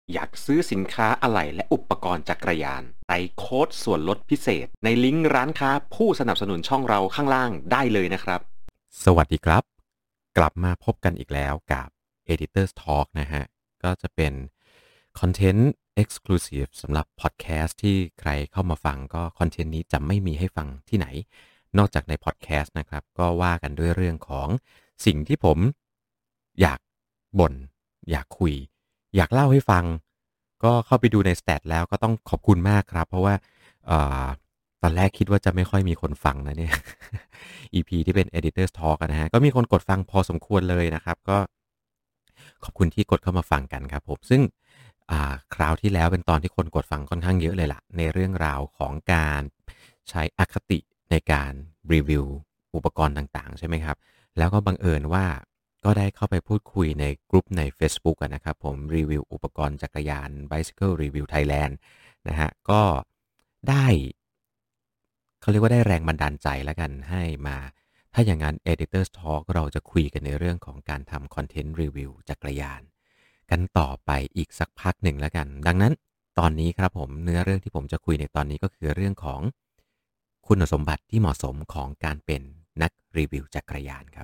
อยากซื้อสินค้าอะไหล่และอุปกรณ์จักรยานใส่โค้ดส่วนลดพิเศษในลิงก์ร้านค้าผู้สนับสนุนช่องเราข้างล่างได้เลยนะครับสวัสดีครับกลับมาพบกันอีกแล้วกับ Editor's Talk นะฮะก็จะเป็นคอนเทนต์ Exclusive สำหรับพอดแคสต์ที่ใครเข้ามาฟังก็คอนเทนต์นี้จะไม่มีให้ฟังที่ไหนนอกจากในพอดแคสต์นะครับก็ว่ากันด้วยเรื่องของสิ่งที่ผมอยากบ่นอยากคุยอยากเล่าให้ฟังก็เข้าไปดูใน stat แล้วก็ต้องขอบคุณมากครับเพราะว่าเอ่อ ตอนแรกคิดว่าจะไม่ค่อยมีคนฟังนะเนี่ย EP ที่เป็น Editor's Talk อะนะฮะก็มีคนกดฟังพอสมควรเลยนะครับก็ขอบคุณที่กดเข้ามาฟังกันครับผมซึ่งคราวที่แล้วเป็นตอนที่คนกดฟังค่อนข้างเยอะเลยล่ะในเรื่องราวของการใช้อคติในการรีวิวอุปกรณ์ต่างๆใช่ไหมครับแล้วก็บังเอิญว่าก็ได้เข้าไปพูดคุยในกลุ่มในเฟซบุ๊กอะนะครับผมรีวิวอุปกรณ์จักรยาน Bicycle Review Thailand นะฮะก็ได้ เขาเรียกว่าได้แรงบันดาลใจแล้วกันให้มาถ้าอย่างนั้น Editor's Talk เราจะคุยกันในเรื่องของการทำคอนเทนต์รีวิวจักรยานกันต่อไปอีกสักพักหนึ่งแล้วกันดังนั้นตอนนี้ครับผมเนื้อเรื่องที่ผมจะคุยในตอนนี้ก็คือเรื่องของคุณสมบัติที่เหมาะสมของการเป็นนักรีวิวจักรยานครับ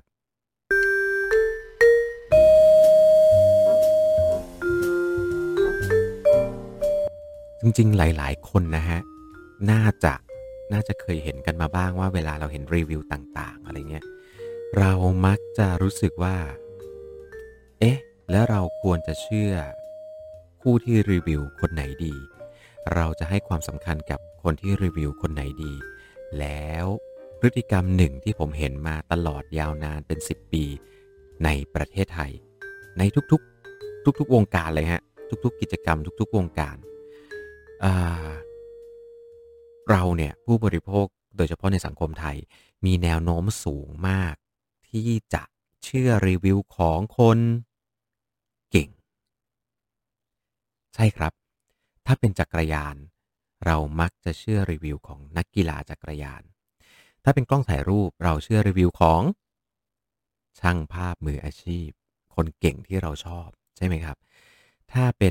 จริงๆหลายๆคนนะฮะน่าจะน่าจะเคยเห็นกันมาบ้างว่าเวลาเราเห็นรีวิวต่างๆอะไรเงี้ยเรามักจะรู้สึกว่า เอ๊ะแล้วเราควรจะเชื่อผู้ที่รีวิวคนไหนดีเราจะให้ความสำคัญกับคนที่รีวิวคนไหนดีแล้วพฤติกรรมหนึ่งที่ผมเห็นมาตลอดยาวนานเป็น10ปีในประเทศไทยในทุกๆวงการเลยฮะทุกๆกิจกรรมทุกๆวงการอ่าเราเนี่ยผู้บริโภคโดยเฉพาะในสังคมไทยมีแนวโน้มสูงมากที่จะเชื่อรีวิวของคนเก่ง ใช่ครับ ถ้าเป็นจักรยานเรามักจะเชื่อรีวิวของนักกีฬาจักรยาน ถ้าเป็นกล้องถ่ายรูปเราเชื่อรีวิวของช่างภาพมืออาชีพคนเก่งที่เราชอบใช่ไหมครับ ถ้าเป็น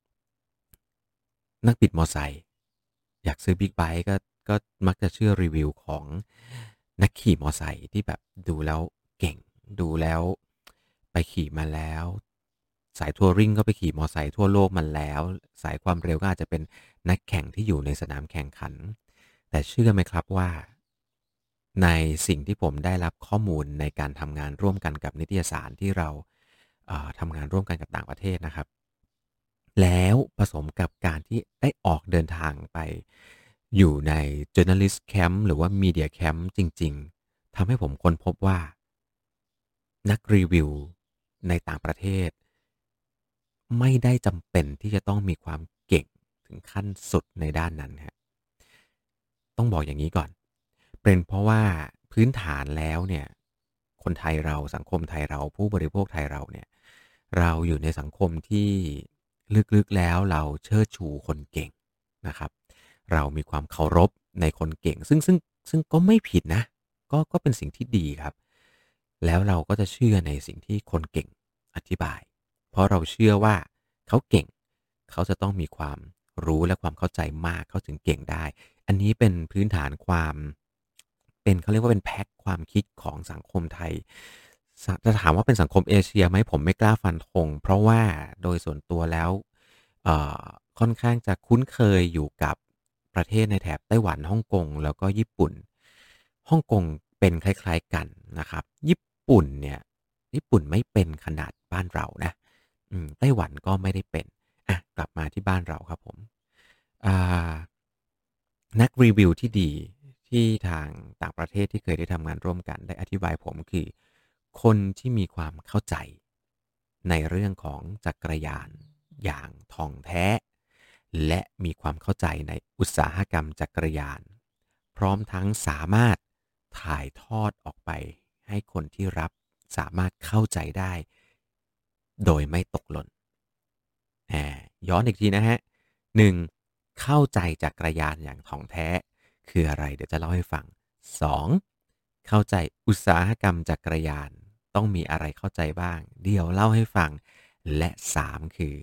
นักบิดมอไซค์อยากซื้อบิ๊กไบค์ก็มักจะเชื่อรีวิวของนักขี่มอไซค์ที่แบบดูแล้วเก่งดูแล้วไปขี่มาแล้วสายทัวริงก็ไปขี่มอไซค์ทั่วโลกมาแล้วสายความเร็วก็อาจจะเป็นนักแข่งที่อยู่ในสนามแข่งขันแต่เชื่อไหมครับว่าในสิ่งที่ผมได้รับข้อมูลในการทำงานร่วมกันกับนิตยสารที่เราทำงานร่วมกันกับต่างประเทศนะครับ แล้วผสมกับการที่ได้ออกเดินทางไปอยู่ใน Journalist Camp หรือว่า Media Camp จริงๆทำให้ผมค้นพบว่านักรีวิวในต่างประเทศไม่ได้จำเป็นที่จะต้องมีความเก่งถึงขั้นสุดในด้านนั้นครับต้องบอกอย่างนี้ก่อนเป็นเพราะว่าพื้นฐานแล้วเนี่ยคนไทยเราสังคมไทยเราผู้บริโภคไทยเราเนี่ยเราอยู่ในสังคมที่ลึกๆแล้วเราเชิดชูคนเก่งนะครับเรามีความเคารพในคนเก่งซึ่งก็ไม่ผิดนะก็เป็นสิ่งที่ดีครับแล้วเราก็จะเชื่อในสิ่งที่คนเก่งอธิบายเพราะเราเชื่อว่าเขาเก่งเขาจะต้องมีความรู้และความเข้าใจมากเขาถึงเก่งได้ อันนี้เป็นพื้นฐานความเป็นเขาเรียกว่าเป็นแพ็กความคิดของสังคมไทยจะถามว่าเป็นสังคมเอเชียไหมผมไม่กล้าฟันธงเพราะว่าโดยส่วนตัวแล้วเอ่อค่อนข้างจะคุ้นเคยอยู่กับประเทศในแถบไต้หวันฮ่องกงแล้วก็ญี่ปุ่นฮ่องกงเป็นคล้ายๆกันนะครับญี่ปุ่นไม่เป็นขนาดบ้านเรานะไต้หวันก็ไม่ได้เป็นกลับมาที่บ้านเราครับผมอ่า นักรีวิวที่ดีที่ทางต่างประเทศที่เคยได้ทำงานร่วมกันได้อธิบายผมคือคนที่มีความเข้าใจในเรื่องของจักรยานอย่างท่องแท้และมีความเข้าใจในอุตสาหกรรมจักรยานพร้อมทั้งสามารถถ่ายทอดออกไปให้คนที่รับสามารถเข้าใจได้โดยไม่ตกหล่น ย้อนอีกทีนะฮะ1เข้าใจจักรยานอย่างถ่องแท้คืออะไรเดี๋ยวจะเล่าให้ฟัง2เข้าใจอุตสาหกรรมจักรยานต้องมีอะไรเข้าใจบ้างเดี๋ยวเล่าให้ฟังและ3คือ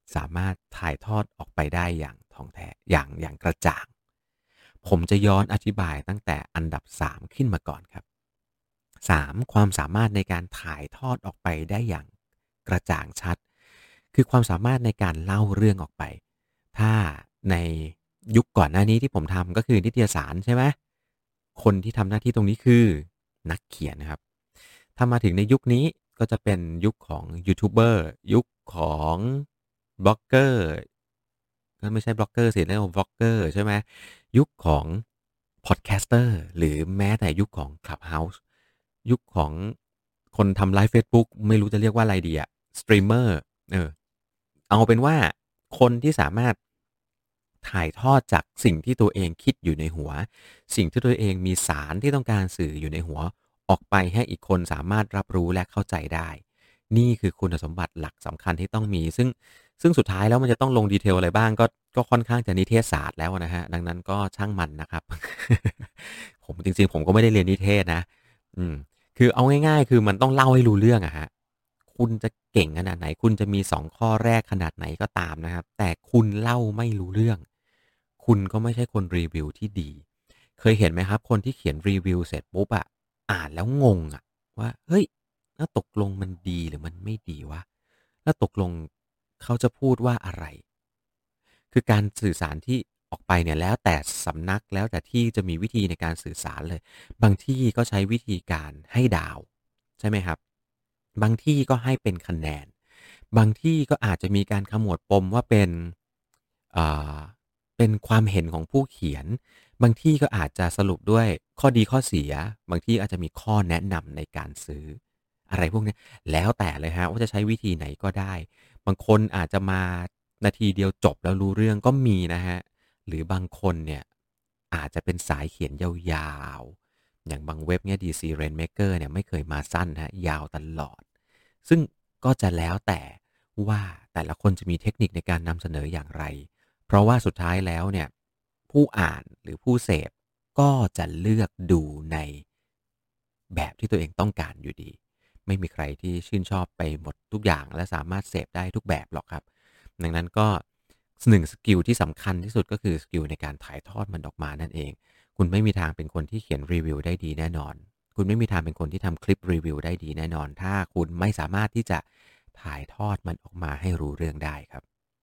สามารถถ่ายทอดออกไปได้อย่างท่องแท้อย่างกระจ่างผมจะย้อนอธิบายตั้งแต่อันดับ3ขึ้นมาก่อนครับ3ความสามารถในการถ่ายทอดออกไปได้อย่างกระจ่างชัดคือความสามารถในการเล่าเรื่องออกไปถ้าในยุคก่อนหน้านี้ที่ผมทำก็คือนิตยสารใช่ไหมคนที่ทำหน้าที่ตรงนี้คือนักเขียนนะครับถ้ามาถึงในยุคนี้ก็จะเป็นยุคของยูทูบเบอร์ยุคของบล็อกเกอร์ก็ไม่ใช่บล็อกเกอร์สิเรียกว่าบล็อกเกอร์ใช่ไหมยุคของพอดแคสเตอร์หรือแม้แต่ยุคของ Clubhouse ยุคของคนทำไลฟ์เฟซบุ๊กไม่รู้จะเรียกว่าอะไรดีอะสตรีมเมอร์เออเอาเป็นว่าคนที่สามารถถ่ายทอดจากสิ่งที่ตัวเองคิดอยู่ในหัวสิ่งที่ตัวเองมีสารที่ต้องการสื่ออยู่ในหัวออกไปให้อีกคนสามารถรับรู้และเข้าใจได้นี่คือคุณสมบัติหลักสำคัญที่ต้องมีซึ่งสุดท้ายแล้วมันจะต้องลงดีเทลอะไรบ้างก็ค่อนข้างจะนิเทศศาสตร์แล้วนะฮะดังนั้นก็ช่างมันนะครับผมจริงๆผมก็ไม่ได้เรียนนิเทศนะอืม คือเอาง่ายๆคือมันต้องเล่าให้รู้เรื่องอะฮะคุณจะเก่งขนาดไหนคุณจะมี2ข้อแรกขนาดไหนก็ตามนะครับแต่คุณเล่าไม่รู้เรื่องคุณก็ไม่ใช่คนรีวิวที่ดีเคยเห็นไหมครับคนที่เขียนรีวิวเสร็จปุ๊บอะอ่านแล้วงงอะว่าเฮ้ยแล้วตกลงมันดีหรือมันไม่ดีวะแล้วตกลงเขาจะพูดว่าอะไรคือการสื่อสารที่ออกไปเนี่ยแล้วแต่สำนักแล้วแต่ที่จะมีวิธีในการสื่อสารเลย บางที่ก็ใช้วิธีการให้ดาวใช่ไหมครับบางที่ก็ให้เป็นคะแนนบางที่ก็อาจจะมีการขมวดปมว่าเป็นอ่าเป็นความเห็นของผู้เขียนบางที่ก็อาจจะสรุปด้วยข้อดีข้อเสียบางที่อาจจะมีข้อแนะนำในการซื้ออะไรพวกนี้แล้วแต่เลยฮะว่าจะใช้วิธีไหนก็ได้บางคนอาจจะมานาทีเดียวจบแล้วรู้เรื่องก็มีนะฮะหรือบางคนเนี่ยอาจจะเป็นสายเขียนยาวๆ อย่างบางเว็บเนี่ย DC Rainmaker เนี่ยไม่เคยมาสั้นฮะยาวตลอดซึ่งก็จะแล้วแต่ว่าแต่ละคนจะมีเทคนิคในการนำเสนออย่างไรเพราะว่าสุดท้ายแล้วเนี่ยผู้อ่านหรือผู้เสพก็จะเลือกดูในแบบที่ตัวเองต้องการอยู่ดีไม่มีใครที่ชื่นชอบไปหมดทุกอย่างและสามารถเสพได้ทุกแบบหรอกครับดังนั้นก็หนึ่งสกิลที่สำคัญที่สุดก็คือสกิลในการถ่ายทอดมันออกมานั่นเอง คุณไม่มีทางเป็นคนที่เขียนรีวิวได้ดีแน่นอน คุณไม่มีทางเป็นคนที่ทำคลิปรีวิวได้ดีแน่นอน ถ้าคุณไม่สามารถที่จะถ่ายทอดมันออกมาให้รู้เรื่องได้ครับ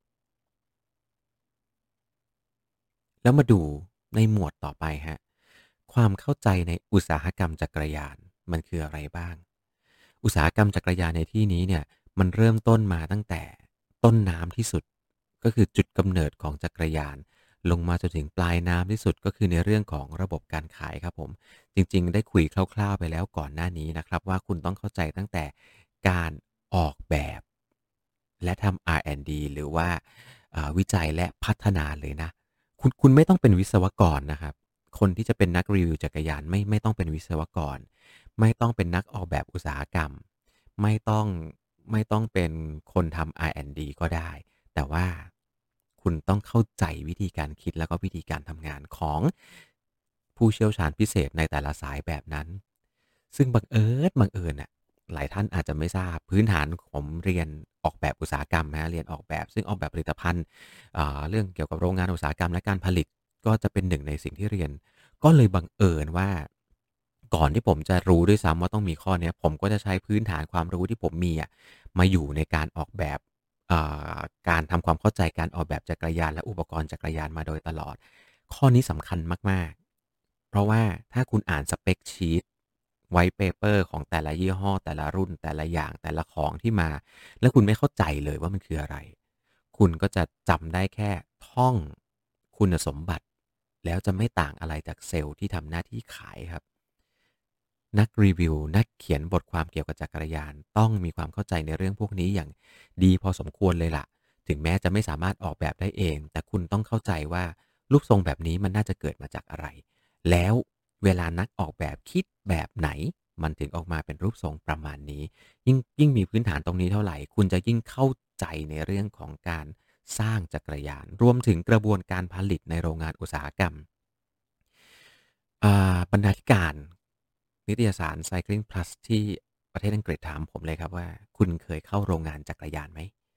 แล้วมาดูในหมวดต่อไปฮะความเข้าใจในอุตสาหกรรมจักรยานมันคืออะไรบ้างอุตสาหกรรมจักรยานในที่นี้เนี่ยมันเริ่มต้นมาตั้งแต่ต้นน้ำที่สุดก็คือจุดกำเนิดของจักรยานลงมาจนถึงปลายน้ำที่สุดก็คือในเรื่องของระบบการขายครับผมจริงๆได้คุยคร่าวๆไปแล้วก่อนหน้านี้นะครับว่าคุณต้องเข้าใจตั้งแต่การออกแบบและทำ R&D หรือว่าวิจัยและพัฒนาเลยนะ คุณไม่ต้องเป็นวิศวกรนะครับคนที่จะเป็นนักรีวิวจักรยานไม่ต้องเป็นวิศวกรไม่ต้องเป็นนักออกแบบอุตสาหกรรมไม่ต้องไม่ต้องเป็นคนทำ R&D ก็ได้แต่ว่าคุณต้องเข้าใจวิธีการคิดแล้วก็วิธีการทำงานของผู้เชี่ยวชาญพิเศษในแต่ละสายแบบนั้นซึ่งบังเอิญน่ะหลายท่านอาจจะไม่ทราบพื้นฐานผมเรียนออกแบบอุตสาหกรรมนะเรียนออกแบบซึ่งออกแบบผลิตภัณฑ์ เรื่องเกี่ยวกับโรงงานอุตสาหกรรมและการผลิตก็จะเป็นหนึ่งในสิ่งที่เรียนก็เลยบังเอิญว่าก่อนที่ผมจะรู้ด้วยซ้ำว่าต้องมีข้อเนี้ยผมก็จะใช้พื้นฐานความรู้ที่ผมมีอะมาอยู่ในการออกแบบอ่การทำความเข้าใจการออกแบบจักรยานและอุปกรณ์จักรยานมาโดยตลอดข้อนี้สำคัญมากๆเพราะว่าถ้าคุณอ่านสเปคชีตไวท์เปเปอร์ของแต่ละยี่ห้อแต่ละรุ่นแต่ละอย่างแต่ละของที่มาแล้วคุณไม่เข้าใจเลยว่ามันคืออะไร คุณก็จะจำได้แค่ท่องคุณสมบัติแล้วจะไม่ต่างอะไรจากเซลล์ที่ทำหน้าที่ขายครับนักรีวิวนักเขียนบทความเกี่ยวกับจักรยานต้องมีความเข้าใจในเรื่องพวกนี้อย่างดีพอสมควรเลยล่ะถึงแม้จะไม่สามารถออกแบบได้เองแต่คุณต้องเข้าใจว่ารูปทรงแบบนี้มันน่าจะเกิดมาจากอะไรแล้วเวลานักออกแบบคิดแบบไหนมันถึงออกมาเป็นรูปทรงประมาณนี้ ยิ่งมีพื้นฐานตรงนี้เท่าไหร่คุณจะยิ่งเข้าใจในเรื่องของการสร้างจักรยานรวมถึงกระบวนการผลิตในโรงงานอุตสาหกรรมบรรณาธิการนิตยสาร Cycling Plus ที่ประเทศอังกฤษถามผมเลยครับว่าคุณเคยเข้าโรงงานจักรยานไหม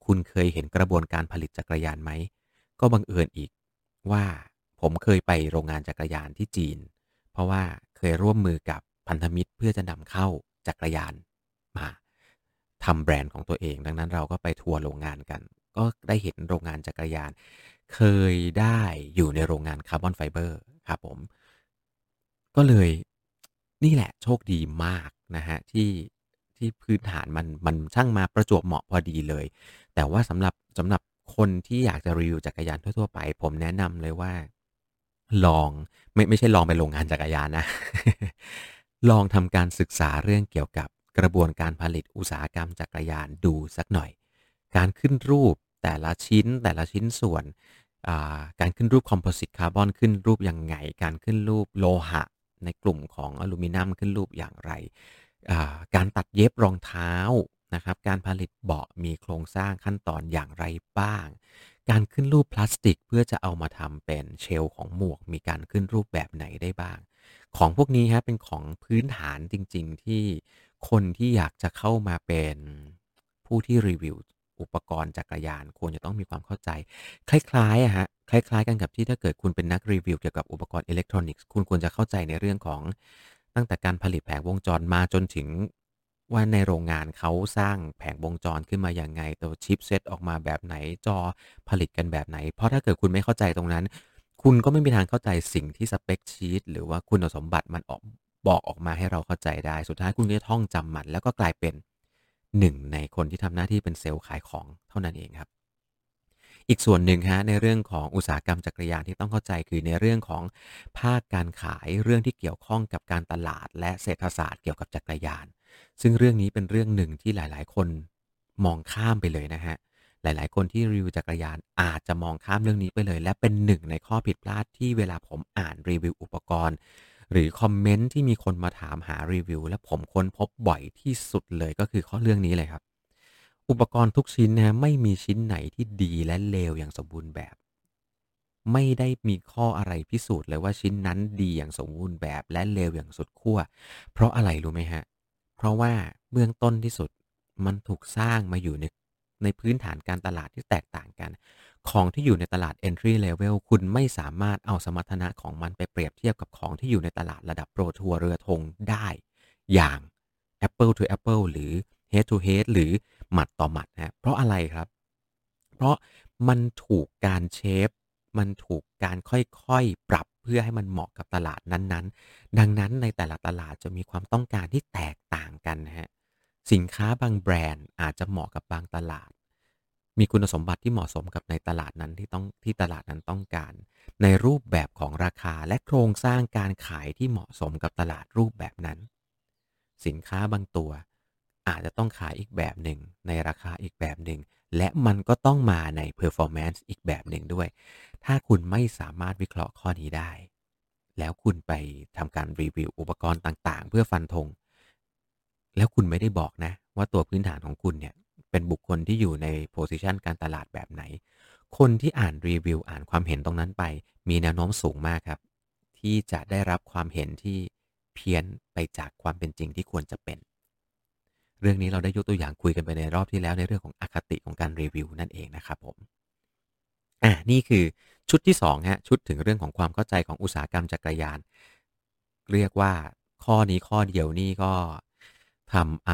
คุณเคยเห็นกระบวนการผลิตจักรยานไหมก็บังเอิญอีกว่าผมเคยไปโรงงานจักรยานที่จีนเพราะว่าเคยร่วมมือกับพันธมิตรเพื่อจะนำเข้าจักรยานมาทำแบรนด์ของตัวเองดังนั้นเราก็ไปทัวร์โรงงานกันก็ได้เห็นโรงงานจักรยานเคยได้อยู่ในโรงงานคาร์บอนไฟเบอร์ครับผมก็เลยนี่แหละโชคดีมากนะฮะที่พื้นฐานมันช่างมาประจวบเหมาะพอดีเลยแต่ว่าสำหรับคนที่อยากจะรีวิวจักรยานทั่วๆไปผมแนะนำเลยว่าลองไม่ใช่ลองไปโรงงานจักรยานนะลองทำการศึกษาเรื่องเกี่ยวกับกระบวนการผลิตอุตสาหกรรมจักรยานดูสักหน่อยการขึ้นรูปแต่ละชิ้นส่วนการขึ้นรูปคอมโพสิตคาร์บอนขึ้นรูปยังไงการขึ้นรูปโลหะในกลุ่มของอลูมิเนียมขึ้นรูปอย่างไรการตัดเย็บรองเท้านะครับการผลิตเบาะมีโครงสร้างขั้นตอนอย่างไรบ้างการขึ้นรูปพลาสติกเพื่อจะเอามาทำเป็นเชลของหมวกมีการขึ้นรูปแบบไหนได้บ้างของพวกนี้ฮะเป็นของพื้นฐานจริงๆที่คนที่อยากจะเข้ามาเป็นผู้ที่รีวิวอุปกรณ์จักรยานควรจะต้องมีความเข้าใจคล้ายๆอะฮะคล้ายๆกันกับที่ถ้าเกิดคุณเป็นนักรีวิวเกี่ยวกับอุปกรณ์อิเล็กทรอนิกส์คุณควรจะเข้าใจในเรื่องของตั้งแต่การผลิตแผงวงจรมาจนถึงว่าในโรงงานเขาสร้างแผงวงจรขึ้นมาอย่างไงตัวชิปเซตออกมาแบบไหนจอผลิตกันแบบไหนเพราะถ้าเกิดคุณไม่เข้าใจตรงนั้นคุณก็ไม่มีทางเข้าใจสิ่งที่สเปคชีตหรือว่าคุณสมบัติมันบอกออกมาให้เราเข้าใจได้สุดท้ายคุณก็จะท่องจำมันแล้วก็กลายเป็นหนึ่งในคนที่ทำหน้าที่เป็นเซลล์ขายของเท่านั้นเองครับอีกส่วนหนึ่งฮะในเรื่องของอุตสาหกรรมจักรยานที่ต้องเข้าใจคือในเรื่องของภาคการขายเรื่องที่เกี่ยวข้องกับการตลาดและเศรษฐศาสตร์เกี่ยวกับจักรยานซึ่งเรื่องนี้เป็นเรื่องหนึ่งที่หลายๆคนมองข้ามไปเลยนะฮะหลายๆคนที่รีวิวจักรยานอาจจะมองข้ามเรื่องนี้ไปเลยและเป็นหนึ่งในข้อผิดพลาดที่เวลาผมอ่านรีวิวอุปกรณ์หรือคอมเมนต์ที่มีคนมาถามหารีวิวและผมค้นพบบ่อยที่สุดเลยก็คือข้อเรื่องนี้เลยครับ อุปกรณ์ทุกชิ้นนะไม่มีชิ้นไหนที่ดีและเลวอย่างสมบูรณ์แบบไม่ได้มีข้ออะไรพิสูจน์เลยว่าชิ้นนั้นดีอย่างสมบูรณ์แบบและเลวอย่างสุดขั้วเพราะอะไรรู้ไหมฮะเพราะว่าเบื้องต้นที่สุดมันถูกสร้างมาอยู่ในพื้นฐานการตลาดที่แตกต่างกันของที่อยู่ในตลาด entry level คุณไม่สามารถเอาสมรรถนะของมันไปเปรียบเทียบกับของที่อยู่ในตลาดระดับโปรทัวร์เรือธงได้อย่าง Apple to Apple หรือ Head to Head หรือหมัดต่อหมัดนะเพราะอะไรครับเพราะมันถูกการเชฟมันถูกการค่อยๆปรับเพื่อให้มันเหมาะกับตลาดนั้นๆดังนั้นในแต่ละตลาดจะมีความต้องการที่แตกต่างกันนะฮะสินค้าบางแบรนด์อาจจะเหมาะกับบางตลาดมีคุณสมบัติที่เหมาะสมกับในตลาดนั้นที่ตลาดนั้นต้องการในรูปแบบของราคาและโครงสร้างการขายที่เหมาะสมกับตลาดรูปแบบนั้น สินค้าบางตัวอาจจะต้องขายอีกแบบหนึ่งในราคาอีกแบบหนึ่งและมันก็ต้องมาใน performance อีกแบบหนึ่งด้วยถ้าคุณไม่สามารถวิเคราะห์ข้อนี้ได้แล้วคุณไปทำการรีวิวอุปกรณ์ต่างๆเพื่อฟันธงแล้วคุณไม่ได้บอกนะว่าตัวพื้นฐานของคุณเนี่ยเป็นบุคคลที่อยู่ใน position การตลาดแบบไหนคนที่อ่านรีวิวอ่านความเห็นตรงนั้นไปมีแนวโน้มสูงมากครับที่จะได้รับความเห็นที่เพี้ยนไปจากความเป็นจริงที่ควรจะเป็นเรื่องนี้เราได้ยกตัวอย่างคุยกันไปในรอบที่แล้วในเรื่องของอคติของการรีวิวนั่นเองนะครับผมนี่คือชุดที่2ฮะชุดถึงเรื่องของความเข้าใจของอุตสาหกรรมจักรยานเรียกว่าข้อนี้ข้อเดียวนี่ก็ทำเอา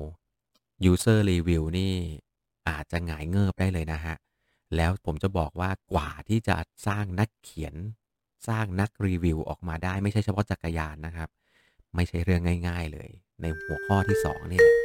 user review นี่อาจจะหงายเงิบได้เลยนะฮะแล้วผมจะบอกว่ากว่าที่จะสร้างนักเขียนสร้างนักรีวิวออกมาได้ไม่ใช่เฉพาะจักรยานนะครับไม่ใช่เรื่องง่ายๆเลยในหัวข้อที่2นี่แหละ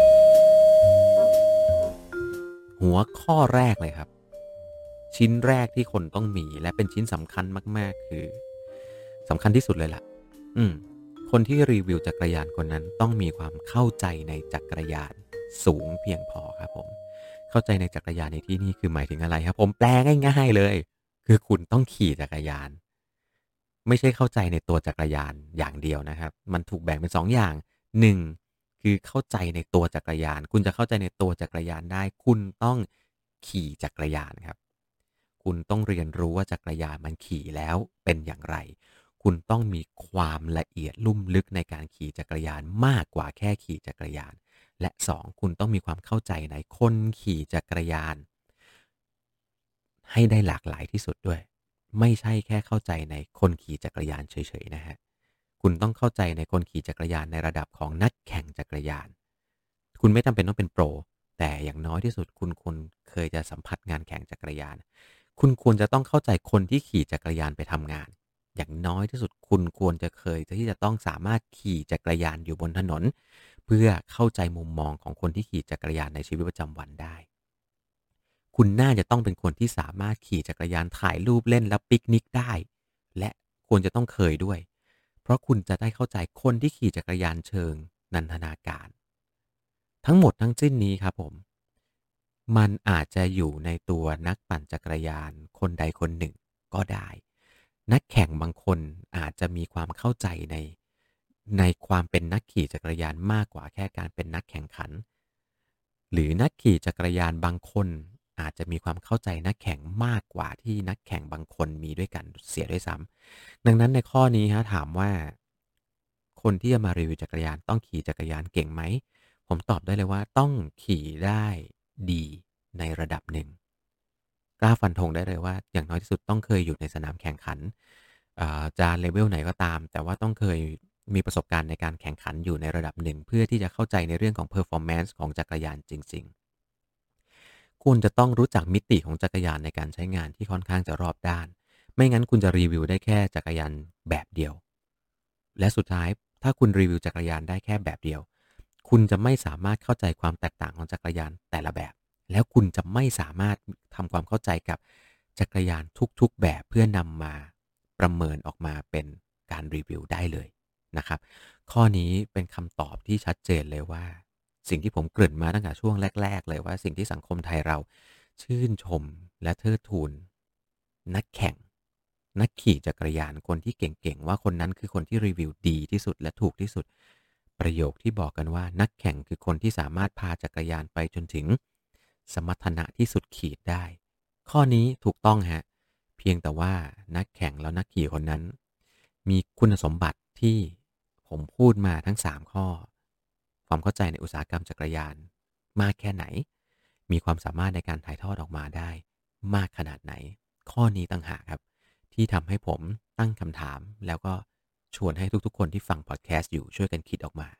หัวข้อแรกเลยครับชิ้นแรกที่คนต้องมีและเป็นชิ้นสำคัญมากๆคือสำคัญที่สุดเลยล่ะอืมคนที่รีวิวจักรยานคนนั้นต้องมีความเข้าใจในจักรยานสูงเพียงพอครับผมเข้าใจในจักรยานในที่นี้คือหมายถึงอะไรครับผมแปลง่ายๆเลยคือคุณต้องขี่จักรยาน ไม่ใช่เข้าใจในตัวจักรยานอย่างเดียวนะครับมันถูกแบ่งเป็น2ออย่าง1คือเข้าใจในตัวจักรยานคุณจะเข้าใจในตัวจักรยานได้คุณต้องขี่จักรยานครับคุณต้องเรียนรู้ว่าจักรยานมันขี่แล้วเป็นอย่างไรคุณต้องมีความละเอียดลุ่มลึกในการขี่จักรยานมากกว่าแค่ขี่จักรยานและ2คุณต้องมีความเข้าใจในคนขี่จักรยานให้ได้หลากหลายที่สุดด้วยไม่ใช่แค่เข้าใจในคนขี่จักรยานเฉยๆนะฮะคุณต้องเข้าใจในคนขี่จักรยานในระดับของนักแข่งจักรยานคุณไม่จำเป็นต้องเป็นโปรแต่อย่างน้อยที่สุดคุณเคยจะสัมผัสงานแข่งจักรยานคุณควรจะต้องเข้าใจคนที่ขี่จักรยานไปทำงานอย่างน้อยที่สุดคุณควรจะเคยที่จะต้องสามารถขี่จักรยานอยู่บนถนนเพื่อเข้าใจมุมมองของคนที่ขี่จักรยานในชีวิตประจำวันได้คุณน่าจะต้องเป็นคนที่สามารถขี่จักรยานถ่ายรูปเล่นและปิกนิกได้และควรจะต้องเคยด้วยเพราะคุณจะได้เข้าใจคนที่ขี่จักรยานเชิงนันทนาการทั้งหมดทั้งสิ้นนี้ครับผมมันอาจจะอยู่ในตัวนักปั่นจักรยานคนใดคนหนึ่งก็ได้นักแข่งบางคนอาจจะมีความเข้าใจในความเป็นนักขี่จักรยานมากกว่าแค่การเป็นนักแข่งขันหรือนักขี่จักรยานบางคนอาจจะมีความเข้าใจนักแข่งมากกว่าที่นักแข่งบางคนมีด้วยกันเสียด้วยซ้ำดังนั้นในข้อนี้ฮะถามว่าคนที่จะมารีวิวจักรยานต้องขี่จักรยานเก่งไหมผมตอบได้เลยว่าต้องขี่ได้ดีในระดับหนึ่งกล้าฟันธงได้เลยว่าอย่างน้อยที่สุดต้องเคยอยู่ในสนามแข่งขันจะเลเวลไหนก็ตามแต่ว่าต้องเคยมีประสบการณ์ในการแข่งขันอยู่ในระดับหนึ่งเพื่อที่จะเข้าใจในเรื่องของ performance ของจักรยานจริงๆคุณจะต้องรู้จักมิติของจักรยานในการใช้งานที่ค่อนข้างจะรอบด้านไม่งั้นคุณจะรีวิวได้แค่จักรยานแบบเดียวและสุดท้ายถ้าคุณรีวิวจักรยานได้แค่แบบเดียวคุณจะไม่สามารถเข้าใจความแตกต่างของจักรยานแต่ละแบบแล้วคุณจะไม่สามารถทำความเข้าใจกับจักรยานทุกๆแบบเพื่อนำมาประเมินออกมาเป็นการรีวิวได้เลยนะครับข้อนี้เป็นคำตอบที่ชัดเจนเลยว่าสิ่งที่ผมเกริ่นมาตั้งแต่ช่วงแรกๆเลยว่าสิ่งที่สังคมไทยเราชื่นชมและเทิดทูนนักแข่งนักขี่จักรยานคนที่เก่งๆว่าคนนั้นคือคนที่รีวิวดีที่สุดและถูกที่สุดประโยคที่บอกกันว่านักแข่งคือคนที่สามารถพาจักรยานไปจนถึงสมรรถนะที่สุดขีดได้ข้อนี้ถูกต้องฮะเพียงแต่ว่านักแข่งแล้วนักขี่คนนั้นมีคุณสมบัติที่ผมพูดมาทั้ง3ข้อความเข้าใจในอุตสาหกรรมจักรยานมากแค่ไหนมีความสามารถในการถ่ายทอดออกมาได้มากขนาดไหนข้อนี้ต่างหากครับที่ทำให้ผมตั้งคำถามแล้วก็ชวนให้ทุกๆคนที่ฟังพอดแคสต์อยู่ช่วยกันคิดออกมา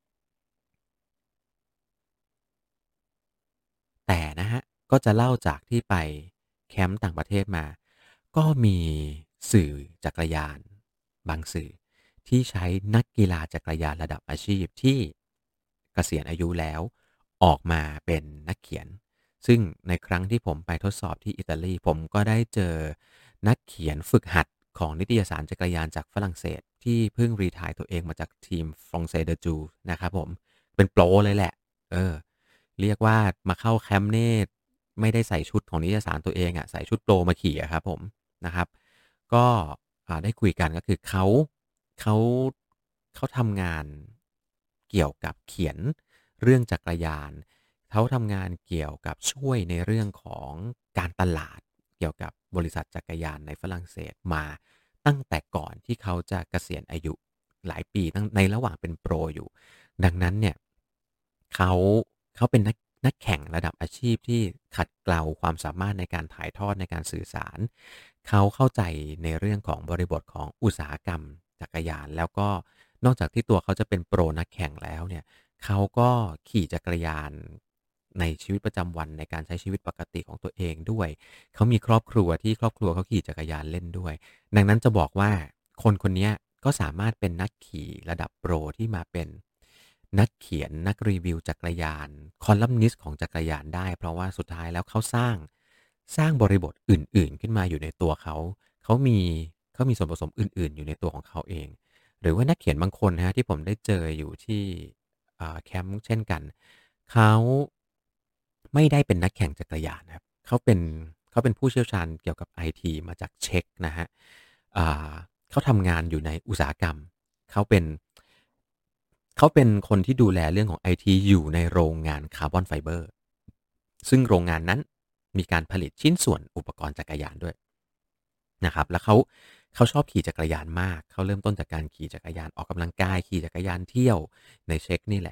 แต่นะฮะก็จะเล่าจากที่ไปแคมป์ต่างประเทศมาก็มีสื่อจักรยานบางสื่อที่ใช้นักกีฬาจักรยานระดับอาชีพที่เกษียณอายุแล้วออกมาเป็นนักเขียนซึ่งในครั้งที่ผมไปทดสอบที่อิตาลีผมก็ได้เจอนักเขียนฝึกหัดของนิตยสารจักรยานจากฝรั่งเศสที่เพิ่งรีไทร์ตัวเองมาจากทีมฟรองเซเดจูนะครับผมเป็นโปรเลยแหละเออ เรียกว่ามาเข้าแคมป์นี่ไม่ได้ใส่ชุดของนิตยสารตัวเองอะใส่ชุดโปรมาขี่อะครับผมนะครับก็ได้คุยกันก็คือเขาเขาทำงานเกี่ยวกับเขียนเรื่องจักรยานเขาทำงานเกี่ยวกับช่วยในเรื่องของการตลาดเกี่ยวกับบริษัทจักรยานในฝรั่งเศสมาตั้งแต่ก่อนที่เขาจะเกษียณอายุหลายปีตั้งในระหว่างเป็นโปรอยู่ดังนั้นเนี่ยเขาเขาเป็นนักแข่งระดับอาชีพที่ขัดเกลาความสามารถในการถ่ายทอดในการสื่อสารเขาเข้าใจในเรื่องของบริบทของอุตสาหกรรมจักรยานแล้วก็นอกจากที่ตัวเขาจะเป็นโปรนักแข่งแล้วเนี่ยเขาก็ขี่จักรยานในชีวิตประจำวันในการใช้ชีวิตปกติของตัวเองด้วยเขามีครอบครัวที่ครอบครัวเขาขี่จักรยานเล่นด้วยดังนั้นจะบอกว่าคนคนนี้ก็สามารถเป็นนักขี่ระดับโปรที่มาเป็นนักเขียนนักรีวิวจักรยานคอลัมนิสต์ของจักรยานได้เพราะว่าสุดท้ายแล้วเขาสร้างบริบทอื่นๆขึ้นมาอยู่ในตัวเขาเขามีเขามีส่วนผสมอื่นๆอยู่ในตัวของเขาเองหรือว่านักเขียนบางคนฮะที่ผมได้เจออยู่ที่แคมป์เช่นกันเขาไม่ได้เป็นนักแข่งจักรยานครับเขาเป็นผู้เชี่ยวชาญเกี่ยวกับไอทีมาจากเช็กนะฮะอ่าเขาทำงานอยู่ในอุตสาหกรรมเขาเป็นเขาเป็นคนที่ดูแลเรื่องของไอทีอยู่ในโรงงานคาร์บอนไฟเบอร์ซึ่งโรงงานนั้นมีการผลิตชิ้นส่วนอุปกรณ์จักรยานด้วยนะครับแล้วเขาชอบขี่จักรยานมากเขาเริ่มต้นจากการขี่จักรยานออกกำลังกายขี่จักรยานเที่ยวในเช็กนี่แหละ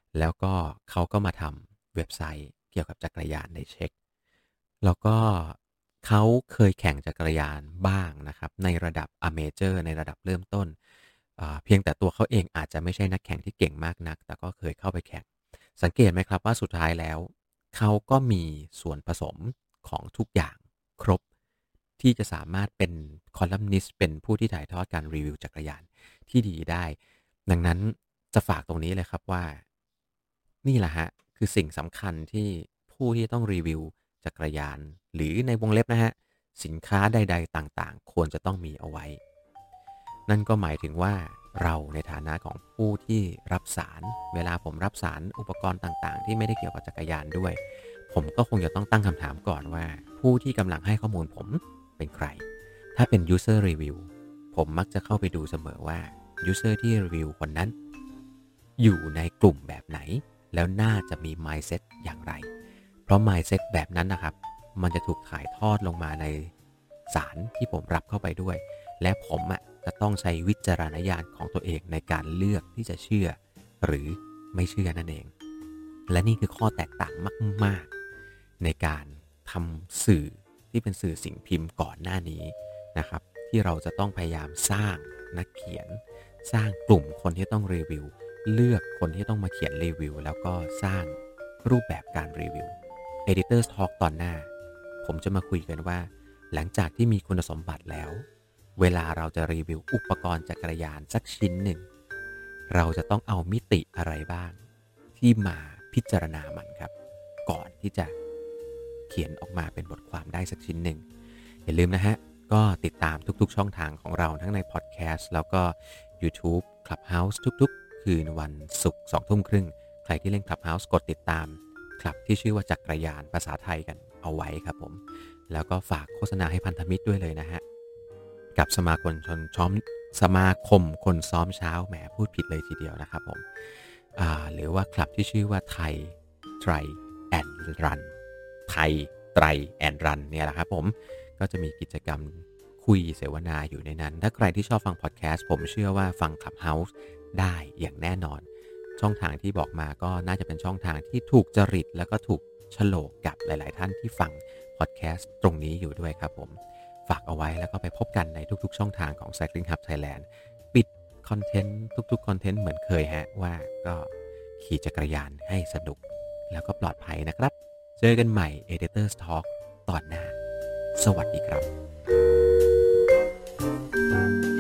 แล้วก็เขาก็มาทำเว็บไซต์เกี่ยวกับจักรยานในเช็กแล้วก็เขาเคยแข่งจักรยานบ้างนะครับในระดับอเมเจอร์ในระดับเริ่มต้นเพียงแต่ตัวเขาเองอาจจะไม่ใช่นักแข่งที่เก่งมากนักแต่ก็เคยเข้าไปแข่งสังเกตไหมครับว่าสุดท้ายแล้วเขาก็มีส่วนผสมของทุกอย่างครบที่จะสามารถเป็นคอลัมนิสต์เป็นผู้ที่ถ่ายทอดการรีวิวจักรยานที่ดีได้ดังนั้นจะฝากตรงนี้เลยครับว่านี่แหละฮะคือสิ่งสำคัญที่ผู้ที่ต้องรีวิวจักรยานหรือในวงเล็บนะฮะสินค้าใดๆต่างๆควรจะต้องมีเอาไว้นั่นก็หมายถึงว่าเราในฐานะของผู้ที่รับสารเวลาผมรับสารอุปกรณ์ต่างๆที่ไม่ได้เกี่ยวกับจักรยานด้วยผมก็คงจะต้องตั้งคำถามก่อนว่าผู้ที่กำลังให้ข้อมูลผมเป็นใครถ้าเป็น user review ผมมักจะเข้าไปดูเสมอว่า user ที่รีวิวคนนั้นอยู่ในกลุ่มแบบไหนแล้วน่าจะมี mindset อย่างไรเพราะ mindset แบบนั้นนะครับมันจะถูกถ่ายทอดลงมาในสารที่ผมรับเข้าไปด้วยและผมจะต้องใช้วิจารณญาณของตัวเองในการเลือกที่จะเชื่อหรือไม่เชื่อนั่นเองและนี่คือข้อแตกต่างมากๆในการทำสื่อที่เป็นสื่อสิ่งพิมพ์ก่อนหน้านี้นะครับที่เราจะต้องพยายามสร้างนักเขียนสร้างกลุ่มคนที่ต้องรีวิวเลือกคนที่ต้องมาเขียนรีวิวแล้วก็สร้างรูปแบบการรีวิว Editor's Talk ตอนหน้าผมจะมาคุยกันว่าหลังจากที่มีคุณสมบัติแล้วเวลาเราจะรีวิวอุปกรณ์จักรยานสักชิ้นหนึ่งเราจะต้องเอามิติอะไรบ้างที่มาพิจารณามันครับก่อนที่จะเขียนออกมาเป็นบทความได้สักชิ้นหนึ่งอย่าลืมนะฮะก็ติดตามทุกๆช่องทางของเราทั้งในพอดแคสต์แล้วก็ YouTube Clubhouse ทุกๆคืนวันศุกร์ 20:30 น.ใครที่เล่น Clubhouse กดติดตามคลับที่ชื่อว่าจักรยานภาษาไทยกันเอาไว้ครับผมแล้วก็ฝากโฆษณาให้พันธมิตรด้วยเลยนะฮะกับสมาคมคนซ้อมเช้าแหมพูดผิดเลยทีเดียวนะครับผมหรือว่าคลับที่ชื่อว่าไทยไตรแอนด์รันไทยไตรแอนด์รันเนี่ยแหละครับผมก็จะมีกิจกรรมคุยเสวนาอยู่ในนั้นถ้าใครที่ชอบฟังพอดแคสต์ผมเชื่อว่าฟัง Clubhouse ได้อย่างแน่นอนช่องทางที่บอกมาก็น่าจะเป็นช่องทางที่ถูกจริตแล้วก็ถูกโฉลกกับหลายๆท่านที่ฟังพอดแคสต์ตรงนี้อยู่ด้วยครับผมฝากเอาไว้แล้วก็ไปพบกันในทุกๆช่องทางของ Cycling Hub Thailand ปิดคอนเทนต์ทุกๆคอนเทนต์เหมือนเคยฮะว่าก็ขี่จักรยานให้สนุกแล้วก็ปลอดภัยนะครับเจอกันใหม่ Editor's Talk ตอนหน้าสวัสดีครับ